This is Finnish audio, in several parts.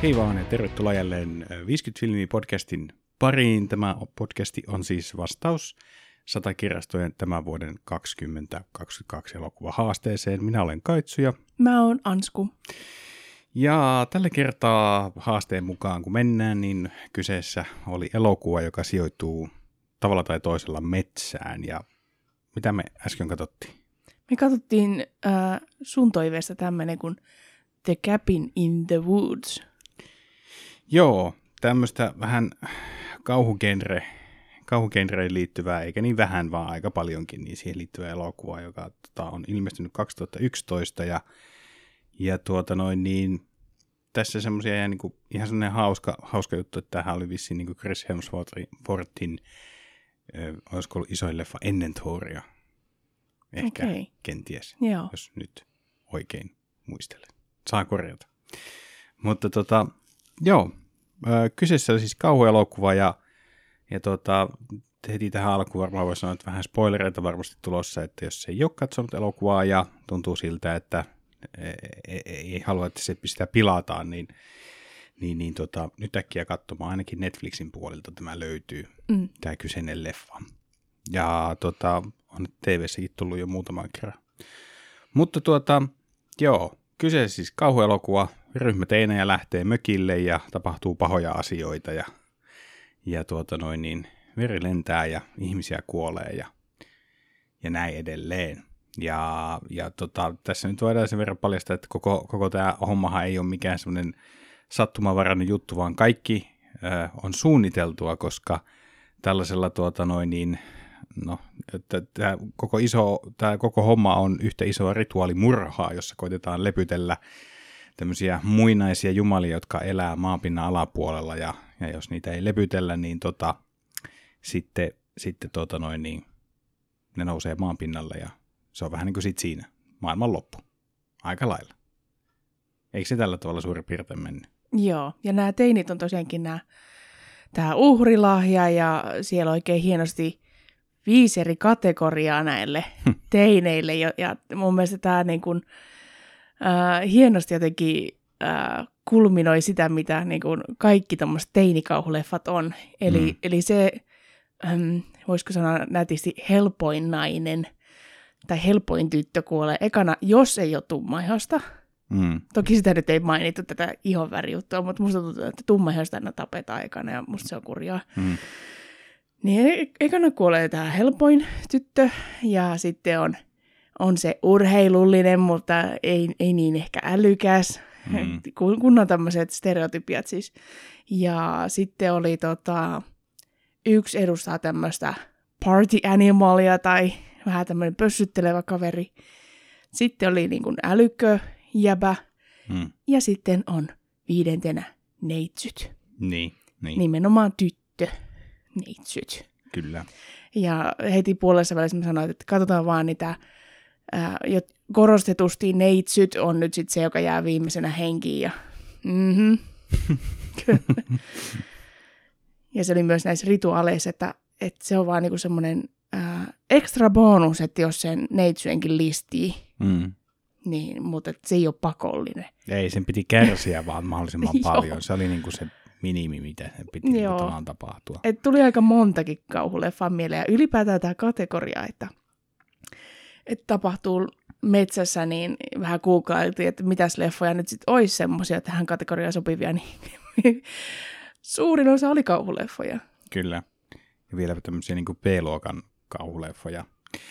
Hei vaan ja tervetuloa jälleen 50 filmiä podcastin pariin. Tämä podcasti on siis vastaus 100 kirjastojen tämän vuoden 2022 elokuva haasteeseen. Minä olen Kaitsu ja mä oon Ansku. Ja tällä kertaa haasteen mukaan kun mennään, niin kyseessä oli elokuva, joka sijoittuu tavalla tai toisella metsään. Ja mitä me äsken katsottiin? Me katsottiin sun toiveesta tämmönen kuin The Cabin in the Woods. Joo, tämmöistä vähän kauhugenreen liittyvää, eikä niin vähän, vaan aika paljonkin, niin siihen liittyvää elokuvaa, joka on ilmestynyt 2011. Ja tässä semmoisia niinku, ihan semmoinen hauska juttu, että tämähän oli vissiin niinku Chris Hemsworthin, olisiko ollut isoin leffa ennen Thoria. Ehkä, kenties, Joo. Jos nyt oikein muistelen. Saa korjata. Mutta joo, kyseessä on siis kauhuelokuva ja heti tähän alkuun varmaan voi sanoa, että vähän spoilereita varmasti tulossa, että jos ei ole katsonut elokuvaa ja tuntuu siltä, että ei halua, että se sitä pilataan, niin nyt äkkiä katsomaan, ainakin Netflixin puolelta tämä löytyy, tämä kyseinen leffa. Ja on TV-säkin tullut jo muutaman kerran. Mutta joo, kyseessä siis kauhuelokuva, ryhmä teinejä lähtee mökille ja tapahtuu pahoja asioita ja veri lentää ja ihmisiä kuolee ja näin edelleen. Ja tässä nyt voidaan sen verran paljastaa, että koko tämä hommahan ei ole mikään semmoinen sattumanvarainen juttu, vaan kaikki on suunniteltua, koska tällaisella tämä koko homma on yhtä isoa rituaalimurhaa, jossa koitetaan lepytellä tämmöisiä muinaisia jumalia, jotka elää maapinnan alapuolella, ja jos niitä ei lepytellä, niin sitten ne nousee maan pinnalle, ja se on vähän niin kuin sit siinä, maailman loppu, aika lailla. Eikö se tällä tavalla suurin piirtein mennyt? Joo, ja nämä teinit on tosiaankin tämä uhrilahja, ja siellä oikein hienosti 5 eri kategoriaa näille teineille, ja mun mielestä tämä niin kuin hienosti jotenkin kulminoi sitä, mitä niin kuin kaikki tommoset teinikauhuleffat on. Eli se, voisiko sanoa nätisti, helpoin nainen tai helpoin tyttö kuolee ekana, jos ei ole tummaihosta. Toki sitä nyt ei mainittu tätä ihonvärijuttua, mutta musta tuntuu, että tummaihosta aina tapetaan ekana ja musta se on kurjaa. Niin ekana kuolee tämä helpoin tyttö ja sitten on se urheilullinen, mutta ei niin ehkä älykäs, kun on tämmöiset stereotypiat siis. Ja sitten oli yksi edustaa tämmöistä party animalia tai vähän tämmöinen pössyttelevä kaveri. Sitten oli niin kuin älykkö jäbä ja sitten on 5. neitsyt. Niin. Nimenomaan tyttö neitsyt. Kyllä. Ja heti puolessa välissä mä sanoin, että katsotaan vaan niitä korostetusti neitsyt on nyt sitten se, joka jää viimeisenä henkiin. Ja, ja se oli myös näissä rituaaleissa, että se on vaan niinku semmoinen ekstra bonus, että jos sen neitsyenkin listii, niin, mutta se ei ole pakollinen. Ei, sen piti kärsiä vaan mahdollisimman paljon. Se oli niinku se minimi, mitä sen piti tapahtua. Et tuli aika montakin kauhuleffan mieleen. Ja ylipäätään tämä kategoria, että tapahtuu metsässä, niin vähän googlailtiin, että mitäs leffoja nyt sitten olisi semmoisia tähän kategoriaan sopivia, niin suurin osa oli kauhuleffoja. Kyllä. Ja vielä tämmöisiä niin kuin B-luokan kauhuleffoja.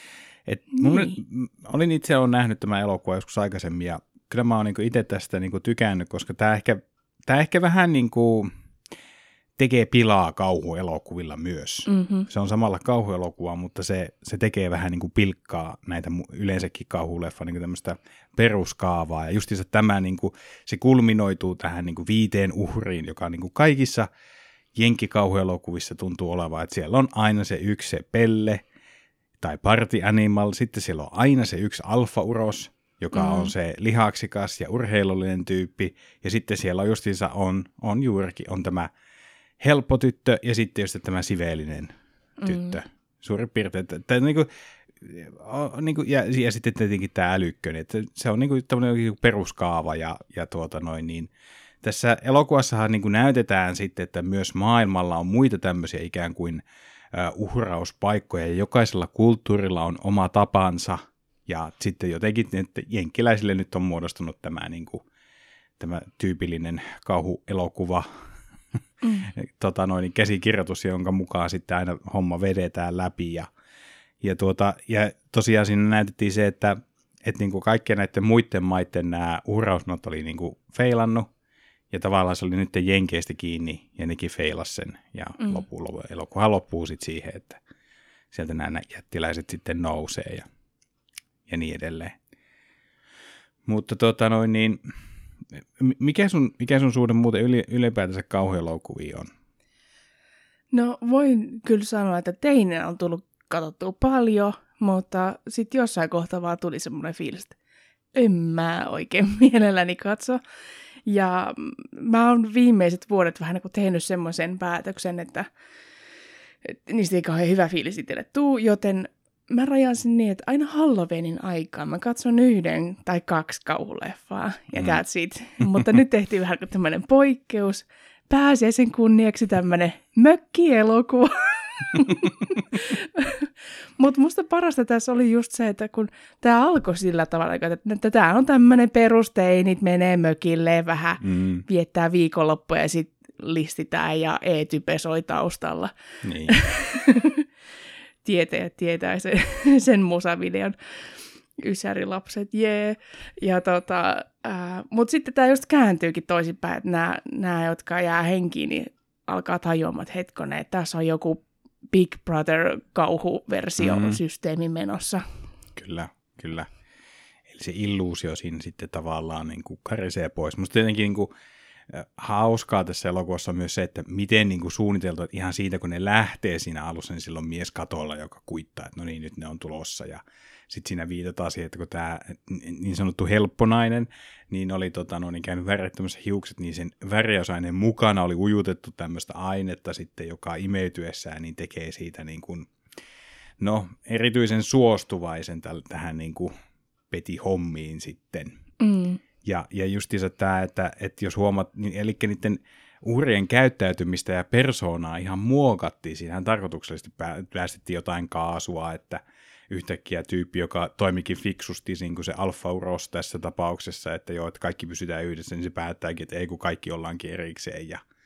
Olin itse nähnyt tämän elokuvan joskus aikaisemmin, ja kyllä mä oon niin itse tästä niin tykännyt, koska tämä ehkä vähän niin kuin tekee pilaa kauhuelokuvilla myös. Se on samalla kauhuelokuva, mutta se tekee vähän niin kuin pilkkaa näitä yleensäkin kauhuleffa niin kuin tämmöistä peruskaavaa. Ja justiinsa tämä niin kuin, se kulminoituu tähän niin kuin 5 uhriin, joka niin kuin kaikissa jenkkikauhuelokuvissa tuntuu olevan, että siellä on aina se yksi se pelle tai party animal, sitten siellä on aina se yksi alfa-uros, joka on se lihaksikas ja urheilullinen tyyppi, ja sitten siellä on justiinsa on tämä helppo tyttö ja sitten just tämä siveellinen tyttö. Suurin piirtein. Ja sitten tietenkin tämä älykkönen. Että se on tämmöinen peruskaava ja tässä elokuvassahan niin kuin näytetään sitten, että myös maailmalla on muita tämmöisiä ikään kuin uhrauspaikkoja, ja jokaisella kulttuurilla on oma tapansa, ja sitten jotenkin että jenkkiläisille nyt on muodostunut tämä, niin kuin, tämä tyypillinen kauhuelokuva, käsikirjoitus, jonka mukaan sitten aina homma vedetään läpi, ja tosiaan siinä näytettiin se, että niin kuin kaikkien näiden muiden maiden nämä uhrausnot oli niin kuin feilannut, ja tavallaan se oli nyt jenkeistä kiinni, ja nekin feilas sen, ja elokuva loppuu sitten siihen, että sieltä nämä jättiläiset sitten nousee, ja niin edelleen. Mutta mikä sun suhde muuten ylipäätänsä kauhuelokuviin on? No voin kyllä sanoa, että teinenä on tullut katsottua paljon, mutta sitten jossain kohtaa vaan tuli semmoinen fiilis, että en mä oikein mielelläni katso. Ja mä oon viimeiset vuodet vähän niin tehnyt semmoisen päätöksen, että niistä ei kauhean hyvä fiilis itselle tuu, joten mä rajaan sen niin, että aina Halloweenin aikaan mä katson 1 tai 2 kauhuleffaa, ja that's it. Mutta nyt tehtiin vähän tämmöinen poikkeus. Pääsiäisen kunniaksi tämmöinen mökkielokuva. Mutta musta parasta tässä oli just se, että kun tämä alkoi sillä tavalla, että tämä on tämmöinen perusteinit, menee mökille vähän, viettää viikonloppuja ja sitten listitään ja E-type soi taustalla. Niin. Tietäjät tietää sen musavideon. Ysärilapset, jee. Ja mutta sitten tämä just kääntyykin toisinpäin, että nämä, jotka jää henkiin, niin alkaa tajuamaan, että hetkonen, että tässä on joku Big Brother-kauhuversio-systeemi menossa. Kyllä. Eli se illuusio siinä sitten tavallaan niin kuin karisee pois. Musta tietenkin niin kuin hauskaa tässä elokuvassa on myös se, että miten niin kuin suunniteltu, että ihan siitä, kun ne lähtee siinä alussa, niin silloin mies katolla, joka kuittaa, että no niin, nyt ne on tulossa. Ja sitten siinä viitataan siihen, että kun tämä niin sanottu helpponainen, niin oli käynyt värittämässä hiukset, niin sen väriäysaineen mukana oli ujutettu tämmöistä ainetta sitten, joka imeytyessään niin tekee siitä niin kuin, no, erityisen suostuvaisen tähän niin kuin petihommiin sitten. Ja justiinsa tämä, että jos huomaat, niin, eli niiden uhrien käyttäytymistä ja persoonaa ihan muokattiin. Siinähän tarkoituksellisesti päästettiin jotain kaasua, että yhtäkkiä tyyppi, joka toimikin fiksusti, niin kuin se alfa-uros tässä tapauksessa, että joo, että kaikki pysytään yhdessä, niin se päättääkin, että ei kun kaikki ollaankin erikseen.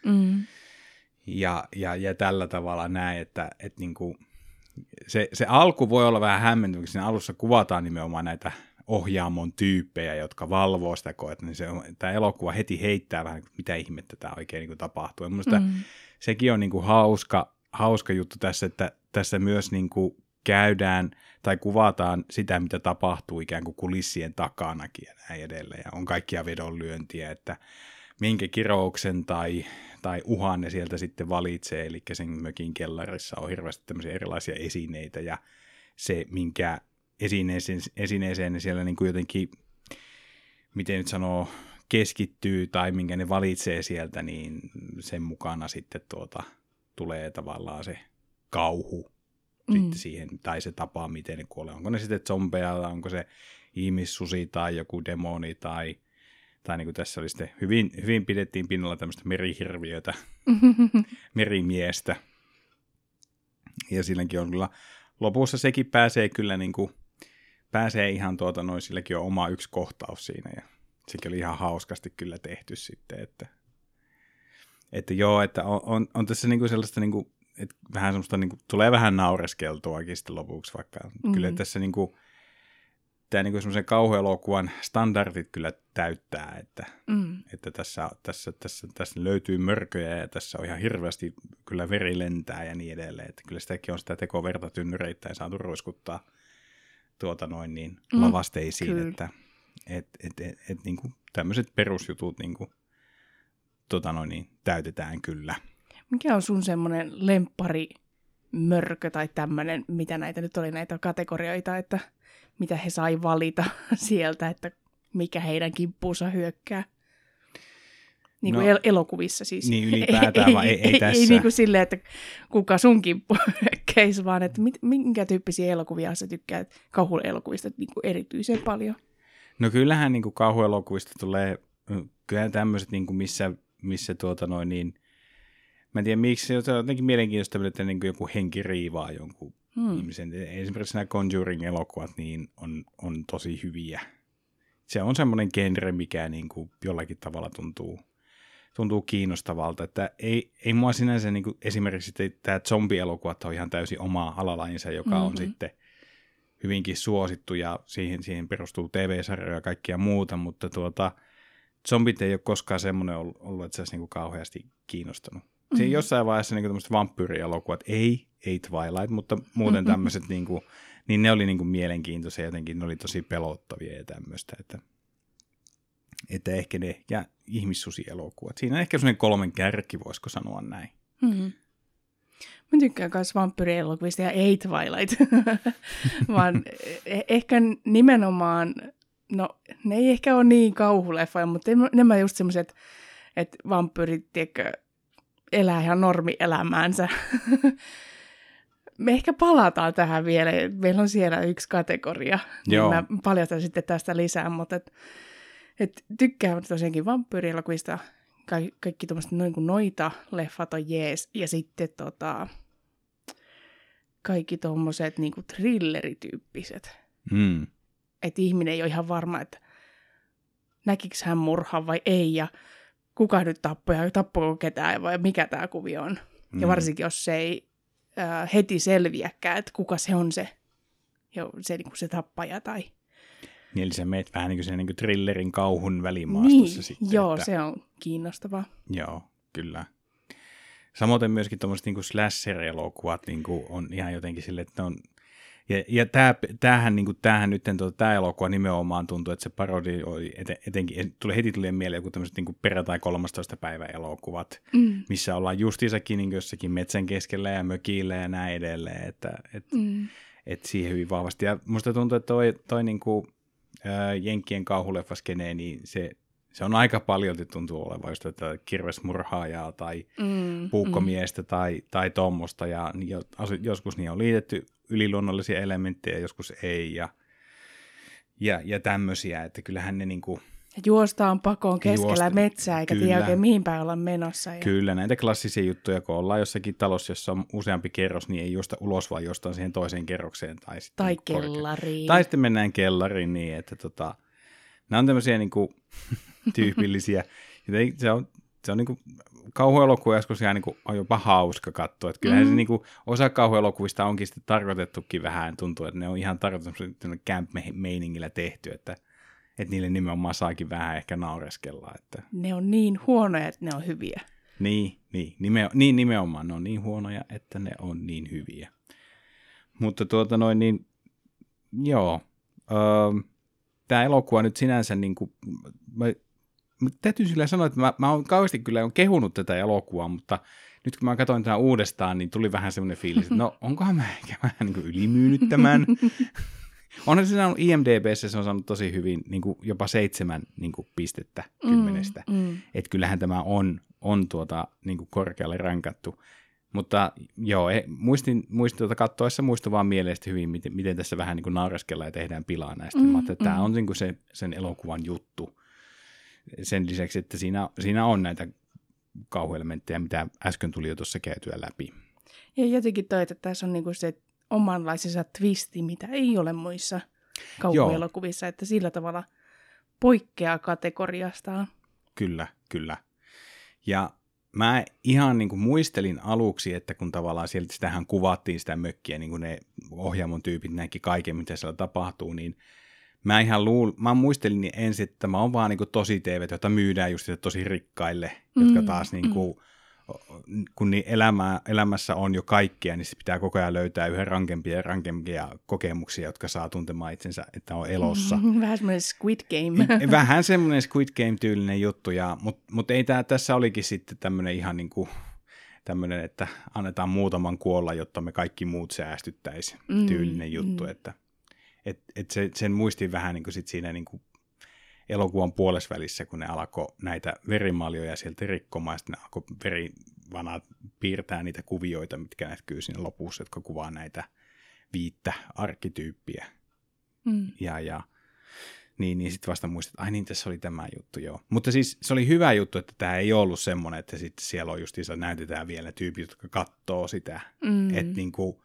Ja tällä tavalla näin, että niin kuin se alku voi olla vähän hämmentynyt, siinä alussa kuvataan nimenomaan näitä ohjaamon tyyppejä, jotka valvoo sitä koetta, niin tämä elokuva heti heittää vähän, mitä ihmettä tämä oikein niin kuin tapahtuu. Ja minusta sekin on niin kuin hauska juttu tässä, että tässä myös niin kuin käydään tai kuvataan sitä, mitä tapahtuu ikään kuin kulissien takanakin ja näin edelleen. Ja on kaikkia vedonlyöntiä, että minkä kirouksen tai uhan ne sieltä sitten valitsee, eli sen mökin kellarissa on hirveästi tämmöisiä erilaisia esineitä, ja se, minkä esineeseen ne siellä niin kuin jotenkin, miten nyt sanoo, keskittyy tai minkä ne valitsee sieltä, niin sen mukana sitten tulee tavallaan se kauhu sitten siihen, tai se tapa, miten ne kuolee. Onko ne sitten zombeja, onko se ihmissusi tai joku demoni, tai niin kuin tässä oli sitten hyvin pidettiin pinnalla tämmöistä merihirviötä, merimiestä. Ja silläkin on kyllä, lopussa sekin pääsee kyllä niin kuin, pääsee ihan silläkin on oma yksi kohtaus siinä, ja sekin oli ihan hauskasti kyllä tehty sitten, että joo, että on tässä niinku sellaista, niinku, että vähän semmoista, niinku, tulee vähän naureskeltuakin sitten lopuksi, vaikka kyllä tässä niinku, tämä niinku semmoisen kauhuelokuvan standardit kyllä täyttää, että tässä löytyy mörköjä ja tässä on ihan hirveästi kyllä veri lentää ja niin edelleen, että kyllä sitäkin on sitä tekoverta tynnyreittäin saatu ruiskuttaa lavasteisiin, että niinku tämmöiset perusjutut niinku täytetään kyllä. Mikä on sun semmoinen lemppari mörkö tai tämmöinen, mitä näitä nyt oli näitä kategorioita, että mitä he sai valita sieltä, että mikä heidän kimppuunsa hyökkää? Niin kuin elokuvissa siis. Niin ylipäätään, vai ei tässä? Ei niin kuin silleen, että kuka sun kimppu hyökkäisi, vaan että minkä tyyppisiä elokuvia sä tykkäät kauhuelokuvista niin kuin erityisen paljon? No kyllähän niin kuin kauhuelokuvista tulee kyllähän tämmöiset, niin kuin missä mä en tiedä miksi, se on jotenkin mielenkiintoista, että niin kuin joku henki riivaa jonkun ihmisen. Esimerkiksi nämä Conjuring-elokuvat niin on tosi hyviä. Se on semmoinen genre, mikä niin kuin jollakin tavalla tuntuu kiinnostavalta, että ei mua sinänsä niin kuin esimerkiksi tämä zombie-elokuvat on ihan täysin oma alalajinsa, joka on sitten hyvinkin suosittu ja siihen perustuu TV-sarjoja ja kaikkia muuta, mutta zombit ei ole koskaan semmoinen ollut, että se olisi niin kuin kauheasti kiinnostanut. Siinä jossain vaiheessa niin tämmöiset vampyyrielokuvat, ei Twilight, mutta muuten tämmöiset, niin ne oli niin kuin mielenkiintoisia jotenkin, ne oli tosi pelottavia ja tämmöistä, että ehkä ne, ja ihmissusielokuvat. Siinä on ehkä semmoinen 3 kärki, voisiko sanoa näin. Mä tykkään myös vampyyrielokuvista ja ei Twilight, vaan ehkä nimenomaan, no ne ei ehkä ole niin kauhuleffoja, mutta enemmän just semmoiset, että vampyyrit, tiedätkö, elää ihan normielämäänsä. Me ehkä palataan tähän vielä. Meillä on siellä yksi kategoria. Niin mä paljastan sitten tästä lisää, mutta tykkään tosiaankin vampyyrielokuvista. Kaikki tuommoiset noita leffat on jees. Ja sitten kaikki tuommoiset niinku thrillerityyppiset. Että ihminen ei ole ihan varma, että näkikö hän murhan vai ei. Ja kuka nyt tappoi ja tappoko ketään vai mikä tämä kuvio on. Ja varsinkin, jos se ei heti selviäkään, että kuka se on se se tappaja tai... Niin, eli sä meet vähän niin kuin sen niin kuin thrillerin kauhun välimaastossa sitten. Joo, se on kiinnostavaa. Joo, kyllä. Samoin myöskin tuommoiset niin kuin slasher-elokuvat niin kuin on ihan jotenkin sille, että ne on... Ja tämähän nyt tämä elokuva nimenomaan tuntuu, että se parodioi etenkin, tuli mieleen joku tämmöiset niin perjantai 13. päivän elokuvat, missä ollaan justiinsakin niin jossakin metsän keskellä ja mökillä ja näin edelleen, että siihen hyvin vahvasti. Ja musta tuntuu, että toi niin kuin, jenkkien kauhuleffaskeneen, niin se on aika paljon, tuntuu olevan just tätä kirvesmurhaajaa tai puukkomiestä tai tommosta, ja joskus niin on liitetty yliluonnollisia elementtejä, joskus ei, ja tämmöisiä, että kyllähän ne niinku... Juostaan pakoon keskellä metsää, eikä tiedä oikein mihin päin ollaan menossa. Kyllä, näitä klassisia juttuja, kun ollaan jossakin talossa, jossa on useampi kerros, niin ei juosta ulos, vaan jostain siihen toiseen kerrokseen. Tai kellariin. Tai sitten mennään kellariin niin, että nämä on tämmöisiä niinku tyypillisiä. Se on niinku kauhuelokuvia joskus ihan niinku on jopa hauska katsoa. Että kyllähän se niinku, osa kauhuelokuvista onkin sitten tarkoitettukin vähän, tuntuu, että ne on ihan tarkoitettu camp-meiningillä tehty, että niille nimenomaan saakin vähän ehkä naureskella. Että... Ne on niin huonoja, että ne on hyviä. Niin, nimenomaan. Ne on niin huonoja, että ne on niin hyviä. Mutta joo. Tämä elokuva nyt sinänsä, niin kuin, mä täytyy sillä sanoa, että mä oon kauheasti kyllä kehunut tätä elokuvaa, mutta nyt kun mä katsoin tämän uudestaan, niin tuli vähän semmoinen fiilis, että no onkohan mä ehkä vähän niin kuin ylimyynyt tämän. Onhan se saanut IMDb:ssä, se on saanut tosi hyvin, niin kuin jopa 7 niin kuin pistettä 10. Että kyllähän tämä on niin kuin korkealle rankattu. Mutta joo, muistin katsoessa muistui vaan mielestä hyvin, miten tässä vähän niin kuin naureskellaan ja tehdään pilaa näistä. Tämä on niin kuin sen elokuvan juttu. Sen lisäksi, että siinä on näitä kauhuelementtejä, mitä äsken tuli jo tuossa käytyä läpi. Ja jotenkin että tässä on niin kuin se omanlaisensa twisti, mitä ei ole muissa kauhuelokuvissa, että sillä tavalla poikkeaa kategoriastaan. Kyllä. Ja mä ihan niin kuin muistelin aluksi, että kun tavallaan sitähän kuvattiin sitä mökkiä, niin kuin ne ohjaamon tyypit näki kaiken, mitä siellä tapahtuu, niin mä muistelin ensin, että tämä on vaan niin kuin tosi TV, jota myydään just tosi rikkaille, jotka taas niin kuin, kun niin elämässä on jo kaikkea, niin se pitää koko ajan löytää yhä rankempia kokemuksia, jotka saa tuntemaan itsensä, että on elossa. Vähän semmoinen Squid Game. Vähän semmoinen Squid Game-tyylinen juttu, mutta ei tässä olikin sitten tämmöinen ihan niin kuin tämmöinen, että annetaan muutaman kuolla, jotta me kaikki muut säästyttäisiin tyylinen juttu, että sen muistin vähän niin kuin sit siinä niin kuin elokuvan puolesvälissä, kun ne alkoi näitä verimaljoja sieltä rikkomaan, sitten ne alkoi verivanat piirtää niitä kuvioita, mitkä näkyy siinä lopussa, jotka kuvaa näitä 5 arkkityyppiä. Ja Niin sitten vasta muistat, että ai niin, tässä oli tämä juttu, joo. Mutta siis se oli hyvä juttu, että tämä ei ollut semmoinen, että sitten siellä on justiinsa näytetään vielä tyypit, jotka katsoo sitä. Että niinku,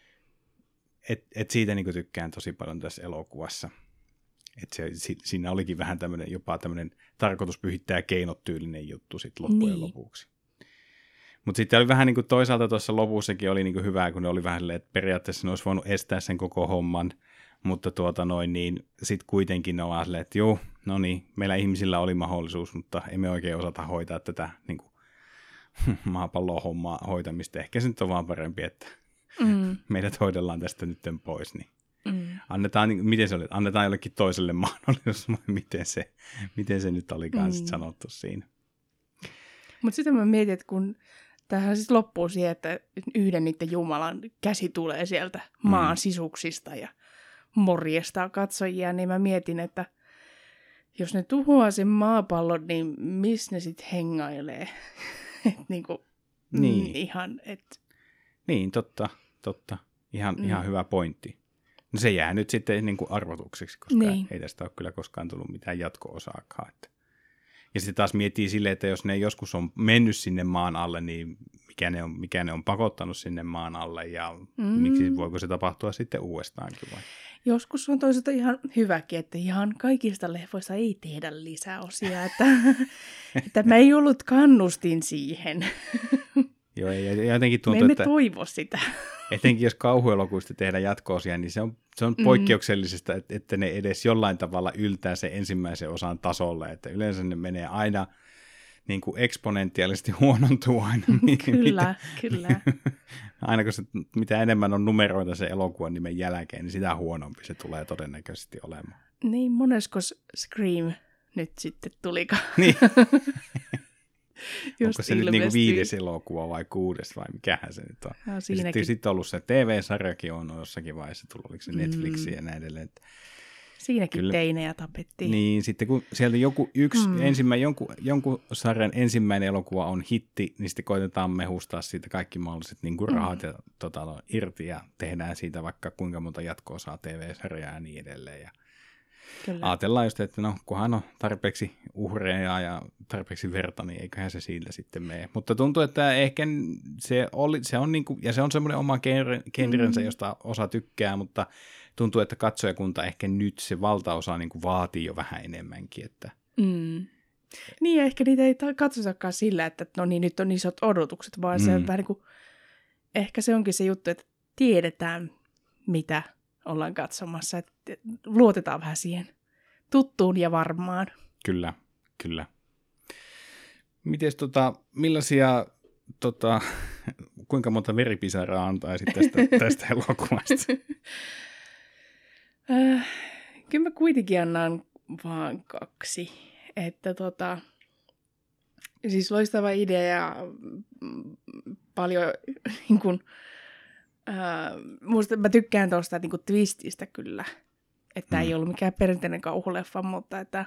et siitä niinku tykkään tosi paljon tässä elokuvassa. Että siinä olikin vähän jopa tämmöinen tarkoitus pyhittää keinot tyylinen juttu sitten loppujen lopuksi. Mutta sitten oli vähän niin kuin toisaalta tuossa lopussakin oli niin kuin hyvä, kun ne oli vähän silleen, että periaatteessa ne olisi voinut estää sen koko homman, mutta niin sitten kuitenkin ne on silleen, että joo, no niin, meillä ihmisillä oli mahdollisuus, mutta emme oikein osata hoitaa tätä niin kuin maapallon hommaa hoitamista. Ehkä se nyt on vaan parempi, että meidät hoidellaan tästä nyt pois, niin annetaan, miten se oli, annetaan jollekin toiselle mahdollisuus, miten se nyt olikaan sitten sanottu siinä. Mutta sitten mä mietin, että kun tämähän siis loppuu siihen, että yhden niiden Jumalan käsi tulee sieltä maan sisuksista ja morjestaa katsojia, niin mä mietin, että jos ne tuhoaa sen maapallon, niin missä ne sitten hengailee? Ihan, Niin, totta. Ihan hyvä pointti. No se jää nyt sitten niin kuin arvotukseksi, koska ei tästä ole kyllä koskaan tullut mitään jatko-osaakaan. Ja sitten taas miettii silleen, että jos ne joskus on mennyt sinne maan alle, niin mikä ne on pakottanut sinne maan alle ja voiko se tapahtua sitten uudestaankin vai? Joskus on toisaalta ihan hyväkin, että ihan kaikista leffoista ei tehdä lisäosia, että mä ei ollut kannustin siihen. Joo, ja jotenkin tuntuu, me emme toivo sitä. Etenkin jos kauhuelokuista tehdään jatko-osia, niin se on poikkeuksellisesta, että ne edes jollain tavalla yltää sen ensimmäisen osan tasolle, että yleensä ne menee aina niin kuin eksponentiaalisesti huonontuu aina. Kyllä. Aina kun mitä enemmän on numeroita se elokuvan nimen jälkeen, niin sitä huonompi se tulee todennäköisesti olemaan. Niin, monesko Scream nyt sitten tulikaan? Niin. Onko se nyt niinku 5. elokuva vai 6. vai mikähän se nyt on? No, sitten ollut se TV-sarjakin on jossakin vaiheessa tullut, oliko se Netflixiin ja näin edelleen. Siinäkin kyllä. Teinejä tapettiin. Niin, sitten kun sieltä jonkun sarjan ensimmäinen elokuva on hitti, niin sitten koitetaan mehustaa siitä kaikki mahdolliset niin kuin rahat ja irti ja tehdään siitä vaikka kuinka monta jatko-osaa TV-sarjaa ja niin edelleen. Ja ajatellaan just, että no, kunhan on tarpeeksi uhreja ja tarpeeksi verta, niin eiköhän se siitä sitten mene. Mutta tuntuu, että ehkä se on niin kuin, ja se on semmoinen oma genrensä, josta osa tykkää, mutta tuntuu, että katsojakunta ehkä nyt se valtaosa niin kuin vaatii jo vähän enemmänkin. Että Niin, ja ehkä niitä ei katsotakaan sillä, että no niin, nyt on isot odotukset, vaan se on vähän niin kuin, ehkä se onkin se juttu, että tiedetään, mitä ollaan katsomassa, että luotetaan vähän siihen tuttuun ja varmaan. Kyllä. Mites millaisia, kuinka monta veripisaraa antaisit tästä elokuvasta? Kyllä mä kuitenkin annan vaan 2. Että siis loistava idea ja paljon niin kuin, musta mä tykkään tuosta niin kuin twististä kyllä. Että ei ollut mikään perinteinen kauhuleffa, mutta että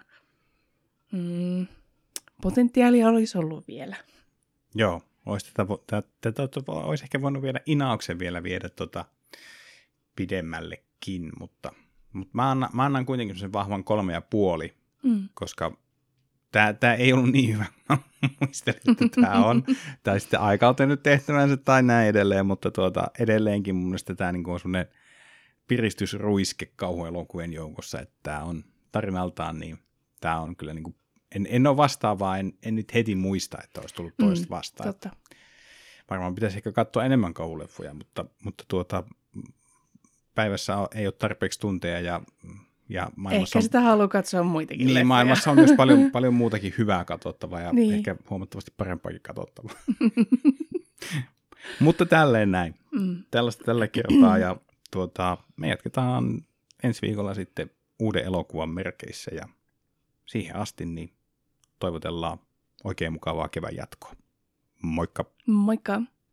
potentiaalia olisi ollut vielä. Joo, olisi ehkä voinut vielä inauksen vielä viedä pidemmällekin, mutta mä annan kuitenkin sen vahvan 3,5, koska tämä ei ollut niin hyvä. Mä muistelin, että tämä on, tai sitten aika on tehnyt tehtävänsä tai näin edelleen, mutta edelleenkin mun mielestä tämä niin on sellainen piristysruiske kauhuelokuvien joukossa, että tämä on tarinaltaan, niin tämä on kyllä niin kuin, en ole vastaavaa, en nyt heti muista, että olisi tullut toista vastaan. Totta. Varmaan pitäisi ehkä katsoa enemmän kauhuleffoja, mutta päivässä ei ole tarpeeksi tunteja ja maailmassa ehkä sitä haluaa katsoa muitakin niin, leffoja. Maailmassa on myös paljon muutakin hyvää katsottavaa ja ehkä huomattavasti parempaakin katsottavaa. Mutta tälleen näin. Tällaista tällä kertaa ja me jatketaan ensi viikolla sitten uuden elokuvan merkeissä ja siihen asti niin toivotellaan oikein mukavaa kevään jatkoa. Moikka! Moikka!